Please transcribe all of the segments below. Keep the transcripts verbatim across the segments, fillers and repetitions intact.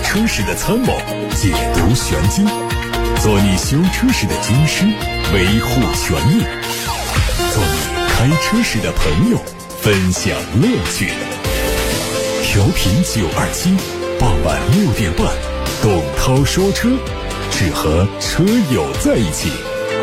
车时的参谋，解读玄机，做你修车时的军师，维护权益，做你开车时的朋友，分享乐趣。调频九二七，傍晚六点半，董涛说车，只和车友在一起。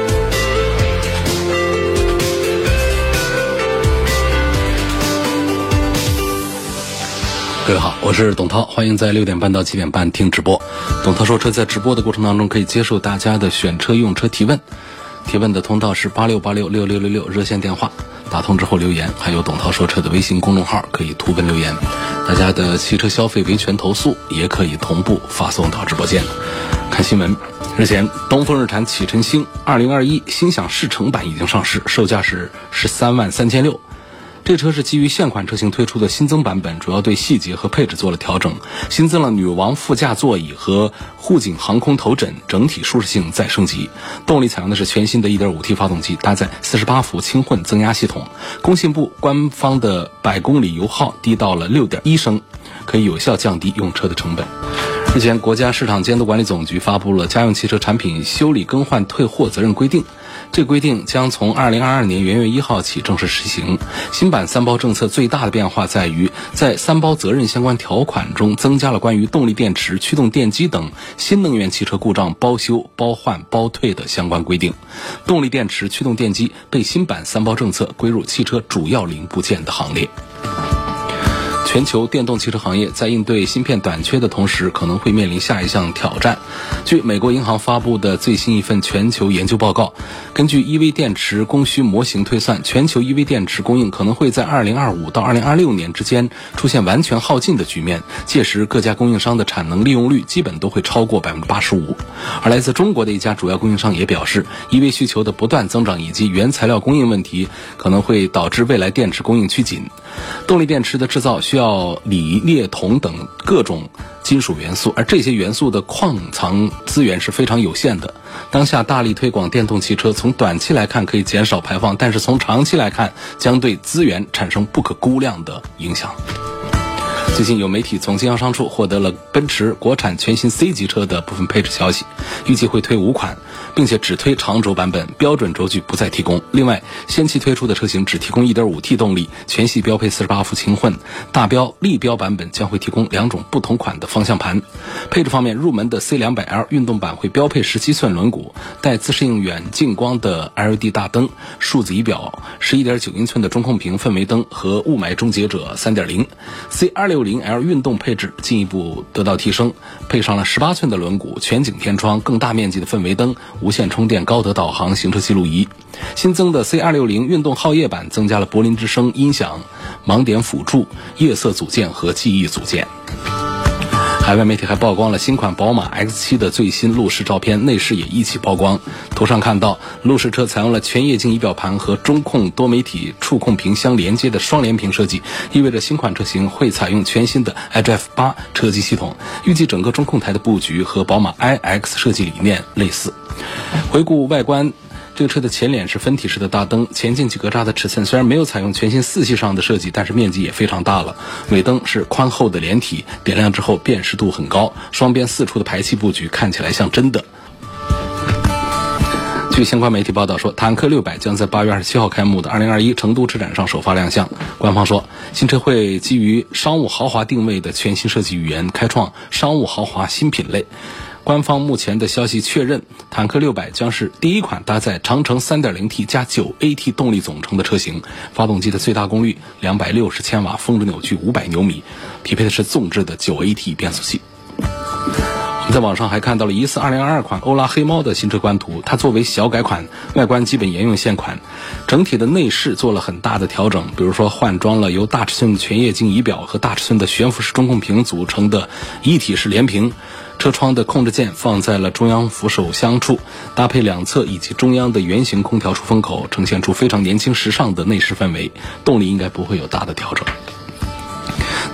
各位好，我是董涛，欢迎在六点半到七点半听直播。董涛说车在直播的过程当中，可以接受大家的选车用车提问，提问的通道是八六八六六六六六热线电话，打通之后留言，还有董涛说车的微信公众号可以图文留言。大家的汽车消费维权投诉也可以同步发送到直播间。看新闻，日前东风日产启辰星二零二一心想事成版已经上市，售价是十三万三千六。这车是基于现款车型推出的新增版本，主要对细节和配置做了调整，新增了女王副驾座椅和护颈航空头枕，整体舒适性再升级。动力采用的是全新的 一点五 T 发动机，搭载四十八伏轻混增压系统。工信部官方的百公里油耗低到了 六点一升，可以有效降低用车的成本。日前，国家市场监督管理总局发布了家用汽车产品修理更换退货责任规定，这规定将从二零二二年元月一号起正式实行。新版三包政策最大的变化在于，在三包责任相关条款中增加了关于动力电池、驱动电机等新能源汽车故障包修、包换、包退的相关规定。动力电池、驱动电机被新版三包政策归入汽车主要零部件的行列。全球电动汽车行业在应对芯片短缺的同时，可能会面临下一项挑战。据美国银行发布的最新一份全球研究报告，根据 E V 电池供需模型推算，全球 E V 电池供应可能会在二零二五到二零二六年之间出现完全耗尽的局面，届时各家供应商的产能利用率基本都会超过 百分之八十五。而来自中国的一家主要供应商也表示， E V 需求的不断增长以及原材料供应问题可能会导致未来电池供应趋紧。动力电池的制造需要锂、镍、铜等各种金属元素，而这些元素的矿藏资源是非常有限的。当下大力推广电动汽车，从短期来看可以减少排放，但是从长期来看将对资源产生不可估量的影响。最近有媒体从经销商处获得了奔驰国产全新 C 级车的部分配置消息，预计会推五款，并且只推长轴版本，标准轴距不再提供。另外，先期推出的车型只提供 一点五 T 动力，全系标配四十八伏轻混，大标、立标版本将会提供两种不同款的方向盘。配置方面，入门的 C 两百 L 运动版会标配十七寸轮毂，带自适应远近光的 L E D 大灯、数字仪表、十一点九英寸的中控屏氛围灯和雾霾终结者 三点零。C 二六零 L 运动配置进一步得到提升，配上了十八寸的轮毂、全景天窗、更大面积的氛围灯、无线充电、高德导航、行车记录仪。新增的 C 二六零 运动皓夜版增加了柏林之声音响、盲点辅助、夜色组件和记忆组件。海外媒体还曝光了新款宝马 X 七 的最新路试照片，内饰也一起曝光。图上看到，路试车采用了全液晶仪表盘和中控多媒体触控屏相连接的双联屏设计，意味着新款车型会采用全新的 H F 八 车机系统。预计整个中控台的布局和宝马 I X 设计理念类似。回顾外观，这个车的前脸是分体式的大灯，前进气格栅的尺寸虽然没有采用全新四系上的设计，但是面积也非常大了。尾灯是宽厚的连体，点亮之后辨识度很高，双边四出的排气布局看起来像真的。据相关媒体报道说，坦克六百将在八月二十七号开幕的二零二一成都车展上首发亮相。官方说，新车会基于商务豪华定位的全新设计语言，开创商务豪华新品类。官方目前的消息确认，坦克六百将是第一款搭载长城 三点零 T 加 九 A T 动力总成的车型，发动机的最大功率两百六十千瓦，峰值扭矩五百牛米，匹配的是纵置的 九 A T 变速器。我们在网上还看到了疑似二零二二款欧拉黑猫的新车官图，它作为小改款，外观基本沿用现款，整体的内饰做了很大的调整，比如说换装了由大尺寸的全液晶仪表和大尺寸的悬浮式中控屏组成的一体式连屏，车窗的控制键放在了中央扶手箱处，搭配两侧以及中央的圆形空调出风口，呈现出非常年轻时尚的内饰氛围。动力应该不会有大的调整。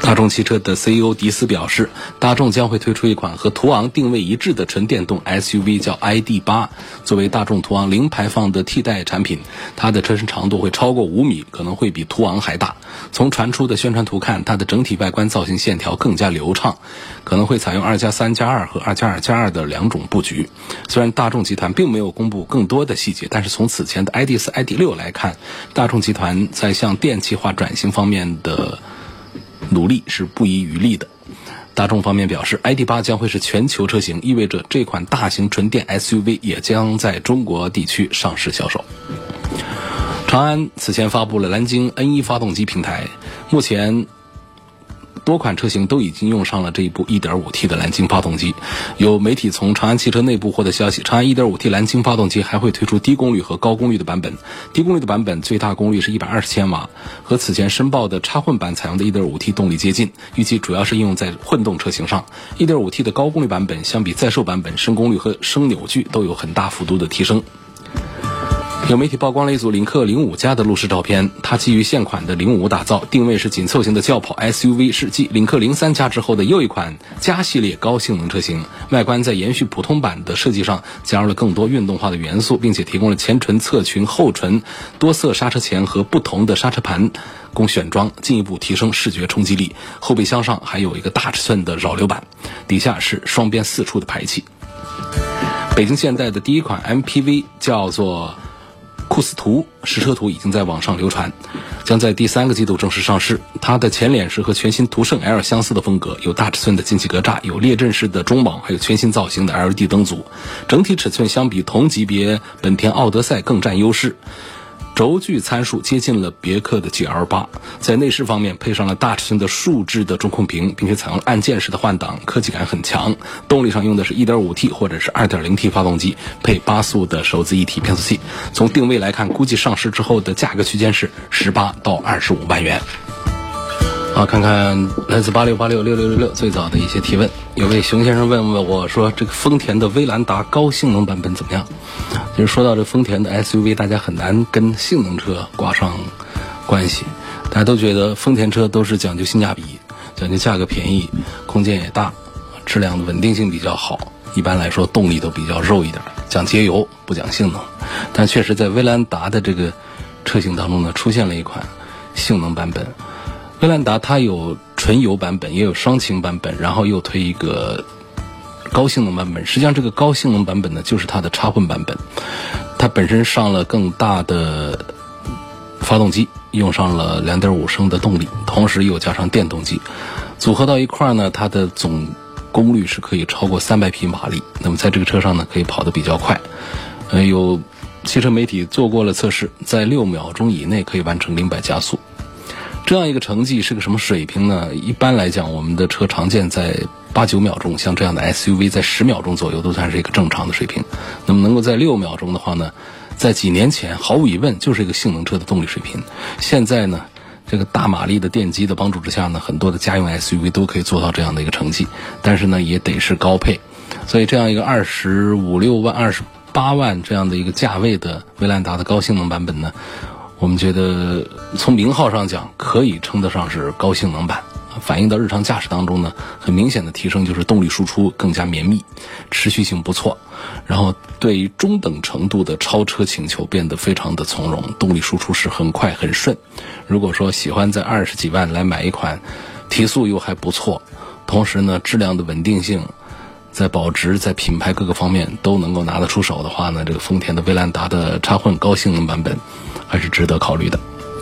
大众汽车的 C E O 迪斯表示，大众将会推出一款和途昂定位一致的纯电动 S U V， 叫 I D 八， 作为大众途昂零排放的替代产品。它的车身长度会超过五米，可能会比途昂还大。从传出的宣传图看，它的整体外观造型线条更加流畅，可能会采用二加三加二和二加二加二的两种布局。虽然大众集团并没有公布更多的细节，但是从此前的 I D 四、I D 六 来看，大众集团在向电气化转型方面的努力是不遗余力的。大众方面表示 I D 八 将会是全球车型，意味着这款大型纯电 S U V 也将在中国地区上市销售。长安此前发布了蓝鲸 N 一 发动机平台，目前多款车型都已经用上了这一部 一点五 T 的蓝鲸发动机。有媒体从长安汽车内部获得消息，长安 一点五 T 蓝鲸发动机还会推出低功率和高功率的版本。低功率的版本最大功率是一百二十千瓦，和此前申报的插混版采用的 一点五 T 动力接近，预计主要是应用在混动车型上。 一点五 T 的高功率版本相比在售版本，升功率和升扭矩都有很大幅度的提升。有媒体曝光了一组领克零五加的路试照片，它基于现款的零五打造，定位是紧凑型的轿跑 S U V， 是继领克零三加之后的又一款加系列高性能车型。外观在延续普通版的设计上加入了更多运动化的元素，并且提供了前唇、侧裙、后唇多色刹车钳和不同的刹车盘供选装，进一步提升视觉冲击力。后备箱上还有一个大尺寸的扰流板，底下是双边四出的排气。北京现代的第一款 M P V 叫做库斯图，实车图已经在网上流传，将在第三个季度正式上市。它的前脸是和全新途胜 L 相似的风格，有大尺寸的进气格栅，有列阵式的中网，还有全新造型的 L E D 灯组。整体尺寸相比同级别本田奥德赛更占优势，轴距参数接近了别克的 G L 八。 在内饰方面配上了大尺寸的竖置的中控屏，并且采用按键式的换挡，科技感很强。动力上用的是 一点五 T 或者是 二点零 T 发动机，配八速的手自一体变速器。从定位来看，估计上市之后的价格区间是十八到二十五万元。好，看看来自八六八六六六六六最早的一些提问。有位熊先生问问我说，这个丰田的威兰达高性能版本怎么样？就是说到这丰田的 S U V， 大家很难跟性能车挂上关系。大家都觉得丰田车都是讲究性价比，讲究价格便宜，空间也大，质量的稳定性比较好，一般来说动力都比较肉一点，讲节油不讲性能。但确实在威兰达的这个车型当中呢，出现了一款性能版本。威兰达它有纯油版本，也有双擎版本，然后又推一个高性能版本。实际上这个高性能版本呢，就是它的插混版本，它本身上了更大的发动机，用上了 两点五 升的动力，同时又加上电动机，组合到一块呢，它的总功率是可以超过三百匹马力。那么在这个车上呢，可以跑得比较快。呃，有汽车媒体做过了测试，在六秒钟以内可以完成零百加速。这样一个成绩是个什么水平呢？一般来讲，我们的车常见在八九秒钟，像这样的 S U V 在十秒钟左右都算是一个正常的水平。那么能够在六秒钟的话呢，在几年前毫无疑问就是一个性能车的动力水平。现在呢，这个大马力的电机的帮助之下呢，很多的家用 S U V 都可以做到这样的一个成绩，但是呢也得是高配。所以这样一个二十五六万、二十八万这样的一个价位的威兰达的高性能版本呢，我们觉得从名号上讲可以称得上是高性能版，反映到日常驾驶当中呢，很明显的提升就是动力输出更加绵密，持续性不错，然后对于中等程度的超车请求变得非常的从容，动力输出是很快很顺。如果说喜欢在二十几万来买一款提速又还不错，同时呢质量的稳定性在保值在品牌各个方面都能够拿得出手的话呢，这个丰田的威兰达的插混高性能版本还是值得考虑的。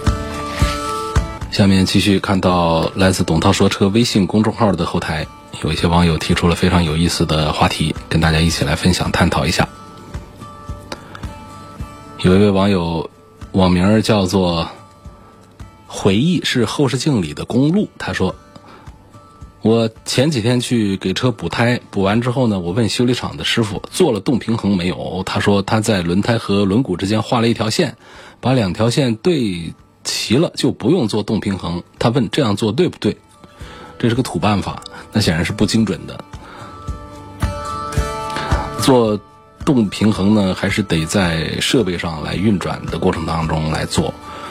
下面继续看到来自董涛说车微信公众号的后台，有一些网友提出了非常有意思的话题，跟大家一起来分享探讨一下。有一位网友网名叫做回忆是后视镜里的公路，他说，我前几天去给车补胎，补完之后呢，我问修理厂的师傅做了动平衡没有，他说他在轮胎和轮毂之间画了一条线，把两条线对齐了就不用做动平衡。他问这样做对不对？这是个土办法，那显然是不精准的。做动平衡呢，还是得在设备上来运转的过程当中来做。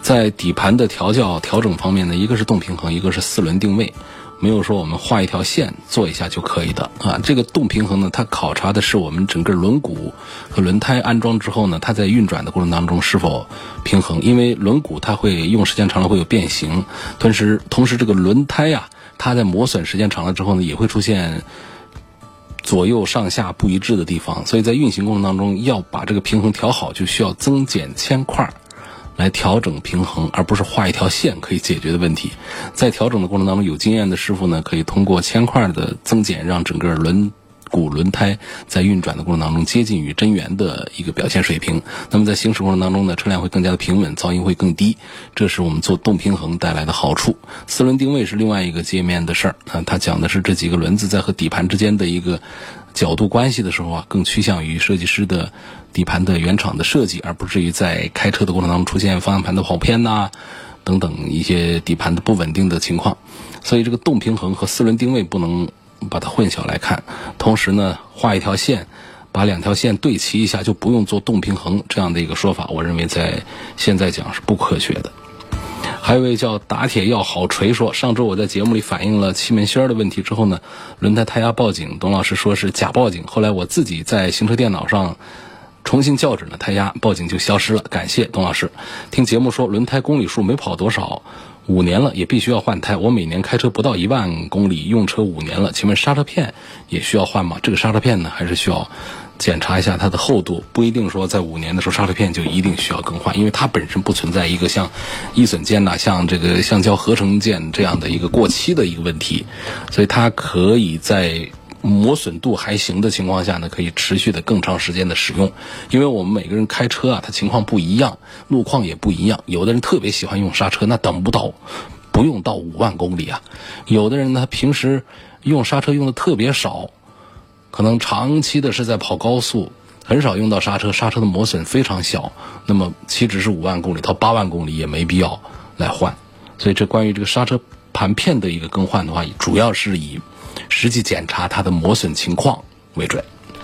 在底盘的调教调整方面呢，一个是动平衡，一个是四轮定位，没有说我们画一条线做一下就可以的啊。这个动平衡呢，它考察的是我们整个轮毂和轮胎安装之后呢，它在运转的过程当中是否平衡。因为轮毂它会用时间长了会有变形，同时同时这个轮胎呀、啊，它在磨损时间长了之后呢，也会出现左右上下不一致的地方，所以在运行过程当中要把这个平衡调好，就需要增减铅块来调整平衡，而不是画一条线可以解决的问题。在调整的过程当中，有经验的师傅呢，可以通过铅块的增减，让整个轮毂轮胎在运转的过程当中接近于真圆的一个表现水平。那么在行驶过程当中呢，车辆会更加的平稳，噪音会更低，这是我们做动平衡带来的好处。四轮定位是另外一个界面的事儿啊，它讲的是这几个轮子在和底盘之间的一个角度关系的时候啊，更趋向于设计师的底盘的原厂的设计，而不至于在开车的过程当中出现方向盘的跑偏呐、啊、等等一些底盘的不稳定的情况。所以这个动平衡和四轮定位不能把它混淆来看。同时呢，画一条线，把两条线对齐一下就不用做动平衡，这样的一个说法，我认为在现在讲是不科学的。还有一位叫打铁要好锤说，上周我在节目里反映了气门芯的问题之后呢，轮胎胎压报警，董老师说是假报警，后来我自己在行车电脑上重新校准了胎压，报警就消失了，感谢董老师。听节目说轮胎公里数没跑多少，五年了也必须要换胎，我每年开车不到一万公里，用车五年了，请问刹车片也需要换吗？这个刹车片呢，还是需要检查一下它的厚度，不一定说在五年的时候刹车片就一定需要更换，因为它本身不存在一个像易损件呐、像这个橡胶合成件这样的一个过期的一个问题，所以它可以在磨损度还行的情况下呢，可以持续的更长时间的使用。因为我们每个人开车啊，它情况不一样，路况也不一样，有的人特别喜欢用刹车，那等不到不用到五万公里啊。有的人呢，平时用刹车用的特别少，可能长期的是在跑高速，很少用到刹车，刹车的磨损非常小，那么岂止是五万公里到八万公里也没必要来换。所以这关于这个刹车盘片的一个更换的话，主要是以实际检查它的磨损情况为准。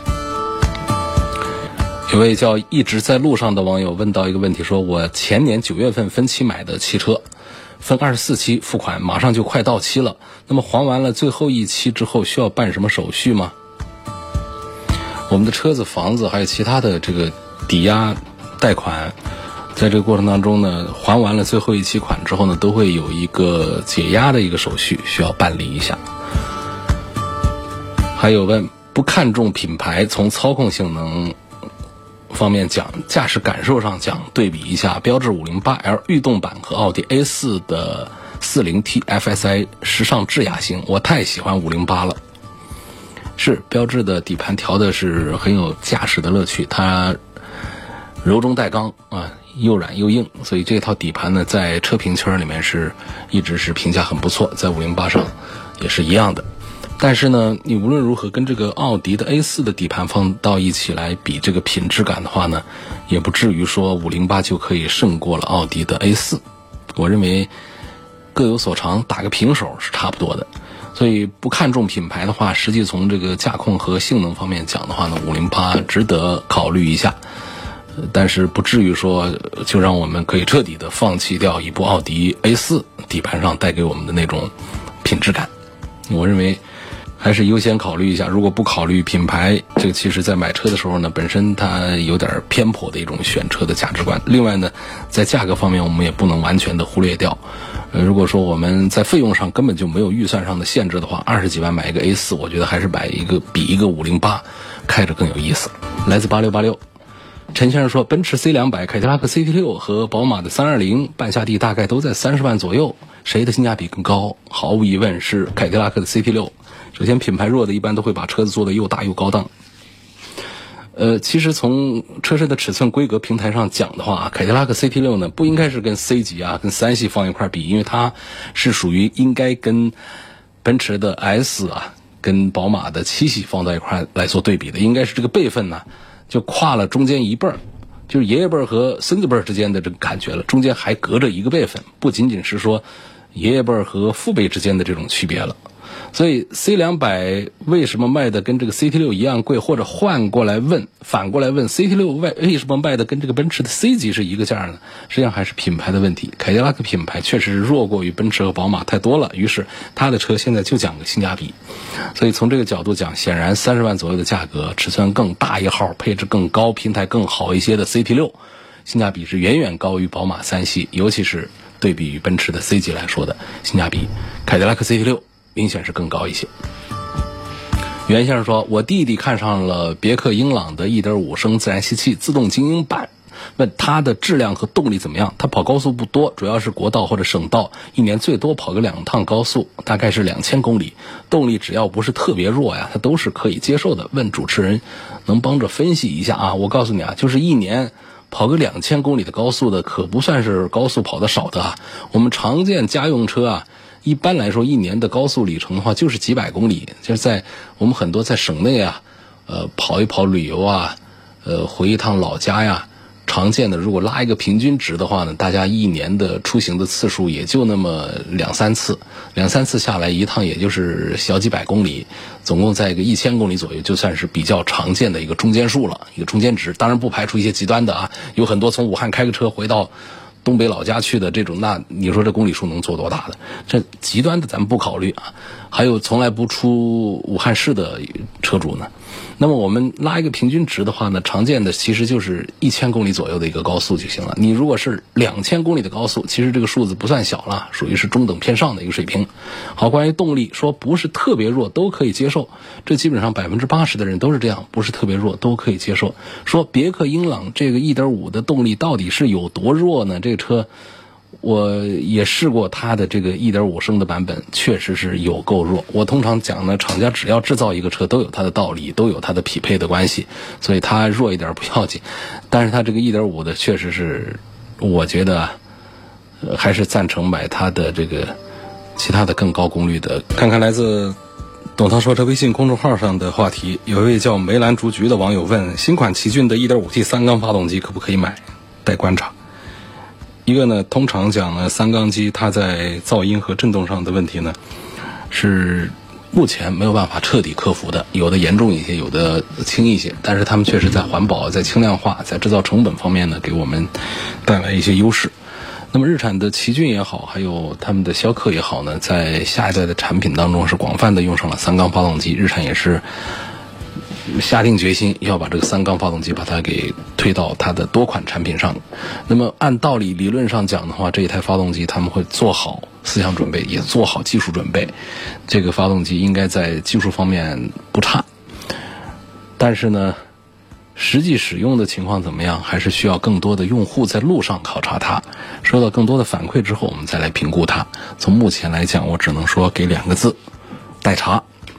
有位叫一直在路上的网友问到一个问题，说我前年九月份分期买的汽车，分二十四期付款，马上就快到期了，那么还完了最后一期之后需要办什么手续吗？我们的车子、房子还有其他的这个抵押贷款，在这个过程当中呢，还完了最后一期款之后呢，都会有一个解押的一个手续需要办理一下。还有问不看重品牌，从操控性能方面讲，驾驶感受上讲，对比一下标致 五零八 L 御动版和奥迪 A 四 的 四零 T F S I 时尚智雅型，我太喜欢五零八了。是标致的底盘调的是很有驾驶的乐趣，它柔中带刚啊，又软又硬，所以这套底盘呢，在车评圈里面是一直是评价很不错，在五零八上也是一样的。但是呢，你无论如何跟这个奥迪的 A 四 的底盘放到一起来比这个品质感的话呢，也不至于说五零八就可以胜过了奥迪的 A 四。我认为各有所长，打个平手是差不多的。所以不看重品牌的话，实际从这个驾控和性能方面讲的话呢，五零八值得考虑一下，但是不至于说就让我们可以彻底的放弃掉一部奥迪 A 四 底盘上带给我们的那种品质感。我认为还是优先考虑一下，如果不考虑品牌，这个其实在买车的时候呢，本身它有点偏颇的一种选车的价值观。另外呢，在价格方面我们也不能完全的忽略掉。呃，如果说我们在费用上根本就没有预算上的限制的话，二十几万买一个 A 四，我觉得还是买一个比一个五零八开着更有意思。来自八六八六陈先生说，奔驰 C 两百、凯迪拉克 C T 六 和宝马的三二零半下地大概都在三十万左右，谁的性价比更高？毫无疑问是凯迪拉克的 C T 六。首先品牌弱的一般都会把车子做得又大又高档。呃，其实从车身的尺寸规格平台上讲的话，凯迪拉克 C T 六 呢不应该是跟 C 级啊跟三系放一块比，因为它是属于应该跟奔驰的 S 啊跟宝马的七系放在一块来做对比的，应该是这个辈分呢就跨了中间一辈儿，就是爷爷辈儿和孙子辈儿之间的这个感觉了，中间还隔着一个辈分，不仅仅是说爷爷辈儿和父辈之间的这种区别了。 所以 C 两百 为什么卖的跟这个 C T 六一样贵，或者换过来问，反过来问 C T 六 为为什么卖的跟这个奔驰的 C 级是一个价呢？实际上还是品牌的问题。凯迪拉克品牌确实是弱过于奔驰和宝马太多了，于是它的车现在就讲个性价比。所以从这个角度讲，显然三十万左右的价格，尺寸更大一号，配置更高，平台更好一些的 C T 六，性价比是远远高于宝马三系，尤其是对比于奔驰的 C 级来说的性价比，凯迪拉克 C T 六 明显是更高一些。袁先生说，我弟弟看上了别克英朗的 一点五 升自然吸气自动精英版，问它的质量和动力怎么样。他跑高速不多，主要是国道或者省道，一年最多跑个两趟高速，大概是两千公里，动力只要不是特别弱呀，它都是可以接受的。问主持人能帮着分析一下啊？我告诉你啊，就是一年跑个两千公里的高速的，可不算是高速跑的少的啊。我们常见家用车啊，一般来说一年的高速里程的话就是几百公里，就是在我们很多在省内啊，呃跑一跑旅游啊，呃回一趟老家呀，常见的如果拉一个平均值的话呢，大家一年的出行的次数也就那么两三次，两三次下来一趟也就是小几百公里，总共在一个一千公里左右，就算是比较常见的一个中间数了，一个中间值。当然不排除一些极端的啊，有很多从武汉开个车回到东北老家去的这种，那你说这公里数能做多大的？这极端的咱们不考虑啊。还有从来不出武汉市的车主呢。那么我们拉一个平均值的话呢，常见的其实就是一千公里左右的一个高速就行了。你如果是两千公里的高速，其实这个数字不算小了，属于是中等偏上的一个水平。好，关于动力说不是特别弱都可以接受，这基本上百分之八十的人都是这样，不是特别弱都可以接受。说别克英朗这个 一点五 的动力到底是有多弱呢？这个车我也试过它的这个 一点五 升的版本，确实是有够弱。我通常讲呢，厂家只要制造一个车都有它的道理，都有它的匹配的关系，所以它弱一点不要紧。但是它这个 一点五 的确实是，我觉得、呃、还是赞成买它的这个其他的更高功率的。看看来自董涛说车微信公众号上的话题，有一位叫梅兰竹菊的网友问，新款奇骏的 一点五 T 三缸发动机可不可以买？待观察。一个呢，通常讲呢，三缸机它在噪音和震动上的问题呢，是目前没有办法彻底克服的，有的严重一些，有的轻一些，但是他们确实在环保、在轻量化、在制造成本方面呢，给我们带来一些优势。那么日产的奇骏也好，还有他们的逍客也好呢，在下一代的产品当中是广泛的用上了三缸发动机，日产也是下定决心要把这个三缸发动机把它给推到它的多款产品上。那么按道理理论上讲的话，这一台发动机他们会做好思想准备，也做好技术准备，这个发动机应该在技术方面不差。但是呢，实际使用的情况怎么样，还是需要更多的用户在路上考察它，收到更多的反馈之后我们再来评估它。从目前来讲，我只能说给两个字，待查。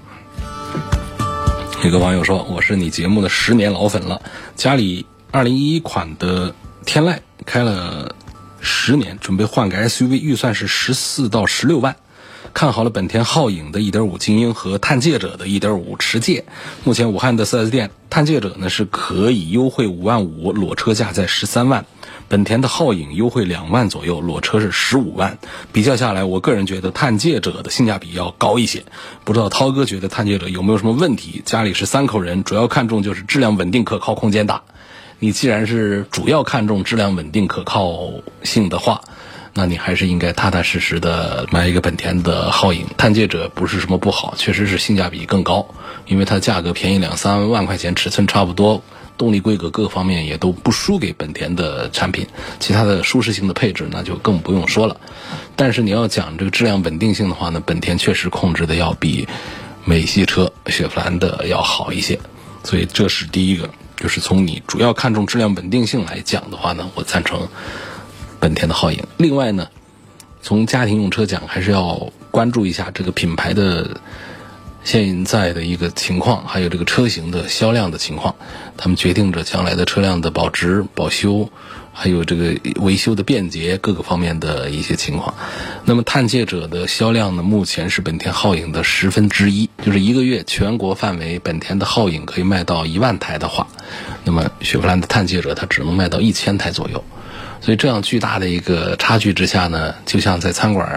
有个网友说，我是你节目的十年老粉了，家里二零一一款的天籁开了十年，准备换个 S U V， 预算是十四到十六万，看好了本田皓影的 一点五 精英和探界者的 一点五 持界。目前武汉的 四 S 店探界者呢是可以优惠五万五，裸车价在十三万，本田的皓影优惠两万左右，裸车是十五万。比较下来，我个人觉得探界者的性价比要高一些。不知道涛哥觉得探界者有没有什么问题？家里是三口人，主要看重就是质量稳定可靠，空间大。你既然是主要看重质量稳定可靠性的话，那你还是应该踏踏实实的买一个本田的皓影。探界者不是什么不好，确实是性价比更高，因为它价格便宜两三万块钱，尺寸差不多，动力规格各方面也都不输给本田的产品，其他的舒适性的配置那就更不用说了。但是你要讲这个质量稳定性的话呢，本田确实控制的要比美系车雪佛兰的要好一些，所以这是第一个，就是从你主要看重质量稳定性来讲的话呢，我赞成本田的皓影。另外呢，从家庭用车讲，还是要关注一下这个品牌的现在的一个情况，还有这个车型的销量的情况，他们决定着将来的车辆的保值、保修，还有这个维修的便捷各个方面的一些情况。那么探界者的销量呢，目前是本田皓影的十分之一，就是一个月全国范围本田的皓影可以卖到一万台的话，那么雪佛兰的探界者它只能卖到一千台左右。所以这样巨大的一个差距之下呢，就像在餐馆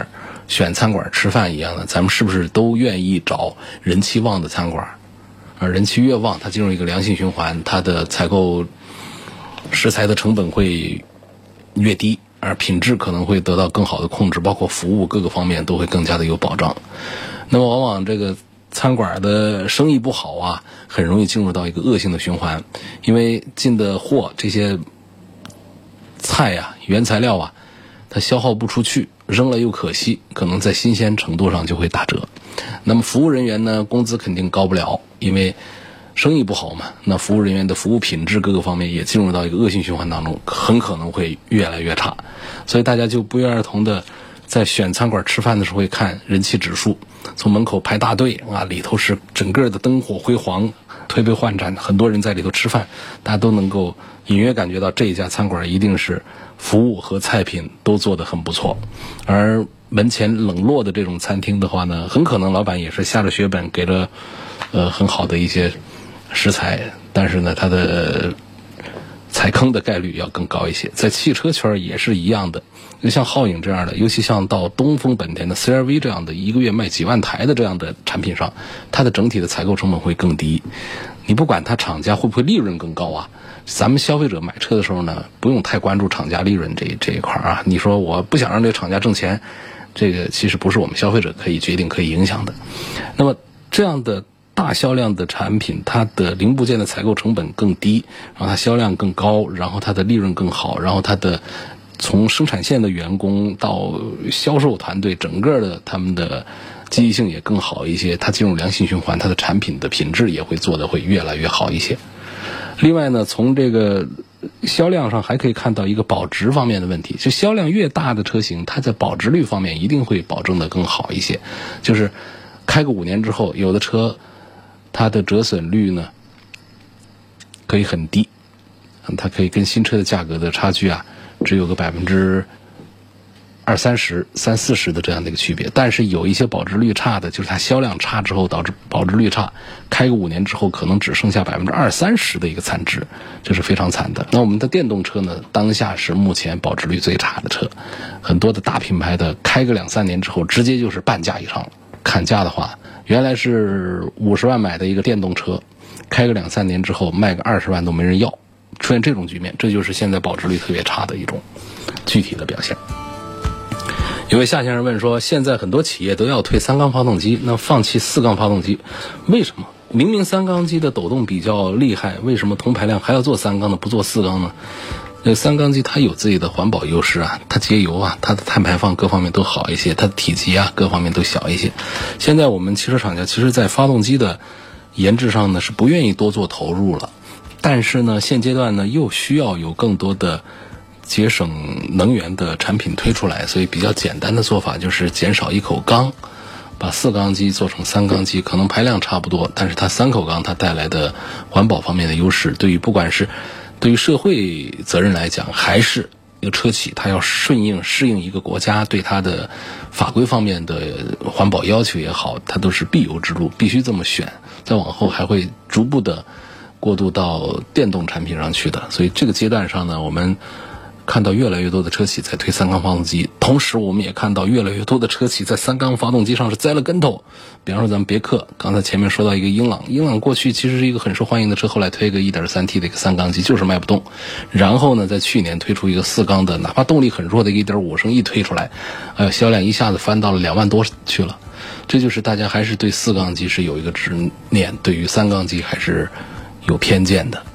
选餐馆吃饭一样的，咱们是不是都愿意找人气旺的餐馆？而人气越旺，它进入一个良性循环，它的采购食材的成本会越低，而品质可能会得到更好的控制，包括服务各个方面都会更加的有保障。那么往往这个餐馆的生意不好啊，很容易进入到一个恶性的循环，因为进的货这些菜啊、原材料啊，它消耗不出去，扔了又可惜，可能在新鲜程度上就会打折。那么服务人员呢，工资肯定高不了，因为生意不好嘛，那服务人员的服务品质各个方面也进入到一个恶性循环当中，很可能会越来越差。所以大家就不约而同的在选餐馆吃饭的时候会看人气指数，从门口排大队啊，里头是整个的灯火辉煌，推杯换盏，很多人在里头吃饭，大家都能够隐约感觉到这一家餐馆一定是服务和菜品都做得很不错。而门前冷落的这种餐厅的话呢，很可能老板也是下了血本，给了呃很好的一些食材，但是呢，它的踩坑的概率要更高一些。在汽车圈也是一样的，就像皓影这样的，尤其像到东风本田的 C R V 这样的一个月卖几万台的这样的产品上，它的整体的采购成本会更低。你不管它厂家会不会利润更高啊，咱们消费者买车的时候呢，不用太关注厂家利润这这一块啊。你说我不想让这个厂家挣钱，这个其实不是我们消费者可以决定可以影响的。那么这样的大销量的产品，它的零部件的采购成本更低，然后它销量更高，然后它的利润更好，然后它的从生产线的员工到销售团队，整个的他们的积极性也更好一些，它进入良性循环，它的产品的品质也会做得会越来越好一些。另外呢，从这个销量上还可以看到一个保值方面的问题，就销量越大的车型，它在保值率方面一定会保证得更好一些，就是开个五年之后，有的车它的折损率呢可以很低，它可以跟新车的价格的差距啊只有个百分之二三十、三四十的这样的一个区别。但是有一些保值率差的，就是它销量差之后导致保值率差，开个五年之后可能只剩下百分之二三十的一个残值，这是非常惨的。那我们的电动车呢，当下是目前保值率最差的车，很多的大品牌的开个两三年之后，直接就是半价以上了。砍价的话，原来是五十万买的一个电动车，开个两三年之后卖个二十万都没人要，出现这种局面，这就是现在保值率特别差的一种具体的表现。有位夏先生问说，现在很多企业都要推三缸发动机，那放弃四缸发动机，为什么？明明三缸机的抖动比较厉害，为什么同排量还要做三缸呢，不做四缸呢？这三缸机它有自己的环保优势啊，它节油啊，它的碳排放各方面都好一些，它的体积啊各方面都小一些。现在我们汽车厂家其实在发动机的研制上呢是不愿意多做投入了，但是呢现阶段呢又需要有更多的节省能源的产品推出来，所以比较简单的做法就是减少一口缸，把四缸机做成三缸机，可能排量差不多，但是它三口缸它带来的环保方面的优势，对于不管是对于社会责任来讲，还是一个车企它要顺应适应一个国家对它的法规方面的环保要求也好，它都是必由之路，必须这么选，再往后还会逐步的过渡到电动产品上去的。所以这个阶段上呢，我们看到越来越多的车企在推三缸发动机，同时我们也看到越来越多的车企在三缸发动机上是栽了跟头。比方说咱们别克，刚才前面说到一个英朗，英朗过去其实是一个很受欢迎的车，后来推个 一点三 T 的一个三缸机就是卖不动，然后呢在去年推出一个四缸的，哪怕动力很弱的一个 一点五 升一推出来，呃销量一下子翻到了两万多去了。这就是大家还是对四缸机是有一个执念，对于三缸机还是有偏见的。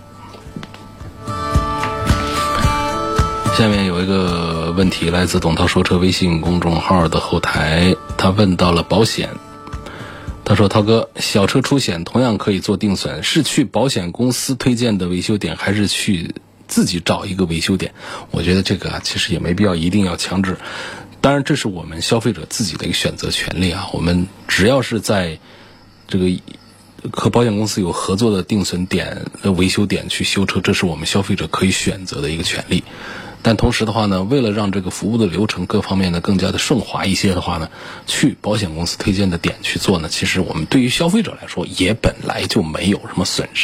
下面有一个问题来自董涛说车微信公众号的后台，他问到了保险。他说，涛哥，小车出险同样可以做定损，是去保险公司推荐的维修点，还是去自己找一个维修点？我觉得这个啊，其实也没必要一定要强制，当然这是我们消费者自己的一个选择权利啊。我们只要是在这个和保险公司有合作的定损点、维修点去修车，这是我们消费者可以选择的一个权利。但同时的话呢，为了让这个服务的流程各方面呢更加的顺滑一些的话呢，去保险公司推荐的点去做呢，其实我们对于消费者来说也本来就没有什么损失。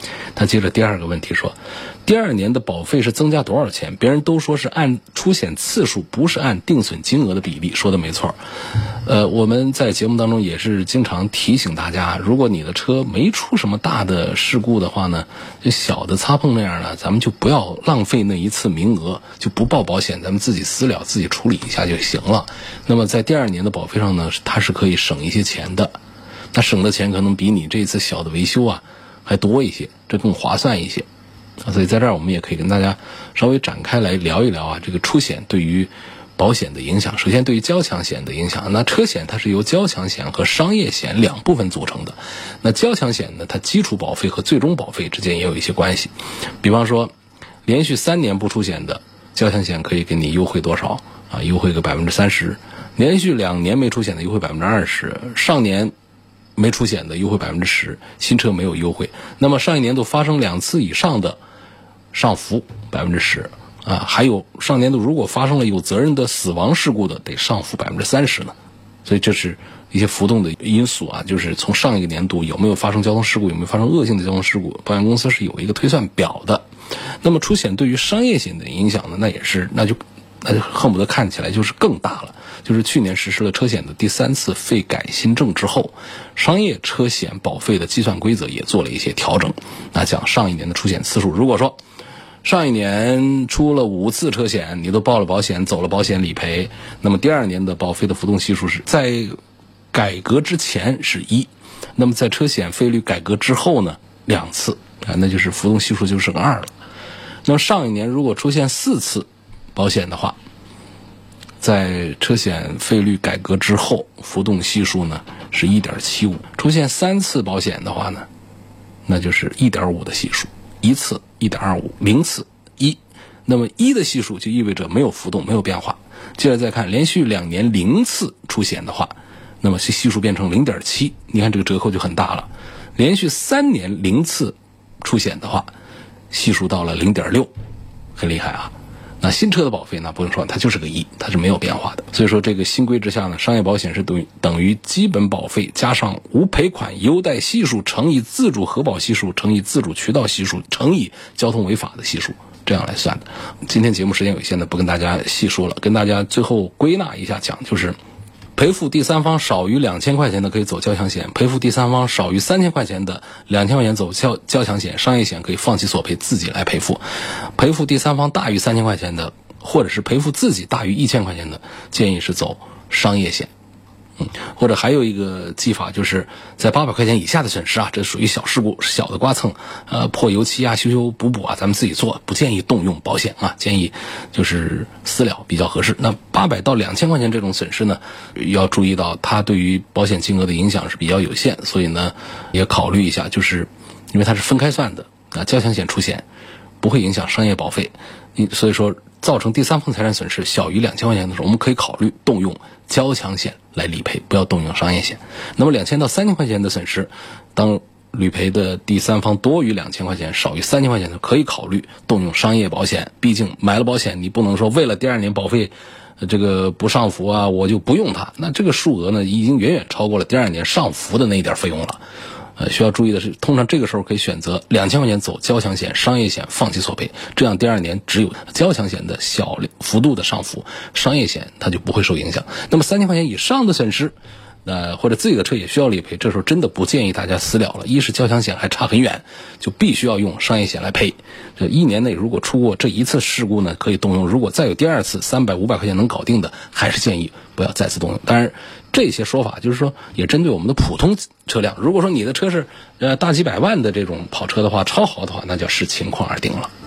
他接着第二个问题说，第二年的保费是增加多少钱？别人都说是按出险次数，不是按定损金额的比例。说的没错。呃，我们在节目当中也是经常提醒大家，如果你的车没出什么大的事故的话呢，就小的擦碰那样呢，咱们就不要浪费那一次名额，就不报保险，咱们自己私了，自己处理一下就行了。那么在第二年的保费上呢，它是可以省一些钱的。那省的钱可能比你这次小的维修啊还多一些，这更划算一些。所以在这儿我们也可以跟大家稍微展开来聊一聊啊，这个出险对于保险的影响。首先对于交强险的影响，那车险它是由交强险和商业险两部分组成的。那交强险呢，它基础保费和最终保费之间也有一些关系。比方说连续三年不出险的交强险可以给你优惠多少啊？优惠个百分之三十。连续两年没出险的优惠百分之二十，上年没出险的优惠百分之十，新车没有优惠。那么上一年度发生两次以上的上浮百分之十啊，还有上年度如果发生了有责任的死亡事故的，得上浮百分之三十呢。所以这是一些浮动的因素啊，就是从上一个年度有没有发生交通事故，有没有发生恶性的交通事故，保险公司是有一个推算表的。那么出险对于商业险的影响呢，那也是那就那就恨不得看起来就是更大了。就是去年实施了车险的第三次费改新政之后，商业车险保费的计算规则也做了一些调整。那讲上一年的出险次数，如果说上一年出了五次车险，你都报了保险，走了保险理赔，那么第二年的保费的浮动系数是在改革之前是一，那么在车险费率改革之后呢，两次啊，那就是浮动系数就是个二了。那么上一年如果出现四次保险的话，在车险费率改革之后，浮动系数呢是 一点七五， 出现三次保险的话呢，那就是 一点五 的系数，一次 一点二五， 零次一，那么一的系数就意味着没有浮动，没有变化。接着再看连续两年零次出险的话，那么系数变成 零点七， 你看这个折扣就很大了。连续三年零次出险的话，系数到了 零点六， 很厉害啊。那新车的保费呢，不用说，它就是个一，它是没有变化的。所以说这个新规之下呢，商业保险是等于等于基本保费加上无赔款优待系数乘以自主核保系数乘以自主渠道系数乘以交通违法的系数，这样来算的。今天节目时间有限的，不跟大家细说了，跟大家最后归纳一下讲，就是赔付第三方少于两千块钱的可以走交强险，赔付第三方少于三千块钱的两千块钱走交交强险，商业险可以放弃索赔自己来赔付。赔付第三方大于三千块钱的，或者是赔付自己大于一千块钱的，建议是走商业险。嗯，或者还有一个技法，就是在八百块钱以下的损失啊，这属于小事故、小的刮蹭，呃，破油漆啊、修修补补啊，咱们自己做，不建议动用保险啊，建议就是私了比较合适。那八百到两千块钱这种损失呢，要注意到它对于保险金额的影响是比较有限，所以呢，也考虑一下，就是因为它是分开算的啊，交强险出险不会影响商业保费，所以说造成第三方财产损失小于两千块钱的时候，我们可以考虑动用交强险来理赔，不要动用商业险。那么两千到三千块钱的损失，当理赔的第三方多于两千块钱，少于三千块钱的，可以考虑动用商业保险。毕竟买了保险，你不能说为了第二年保费这个不上浮啊，我就不用它。那这个数额呢，已经远远超过了第二年上浮的那一点费用了。呃，需要注意的是，通常这个时候可以选择两千块钱走交强险，商业险放弃索赔，这样第二年只有交强险的小幅度的上浮，商业险它就不会受影响。那么三千块钱以上的损失，呃，或者自己的车也需要理赔，这时候真的不建议大家私了了。一是交强险还差很远，就必须要用商业险来赔。这一年内如果出过这一次事故呢，可以动用；如果再有第二次，三百、五百块钱能搞定的，还是建议不要再次动用。当然，这些说法就是说也针对我们的普通车辆。如果说你的车是呃大几百万的这种跑车的话，超豪的话，那就视情况而定了。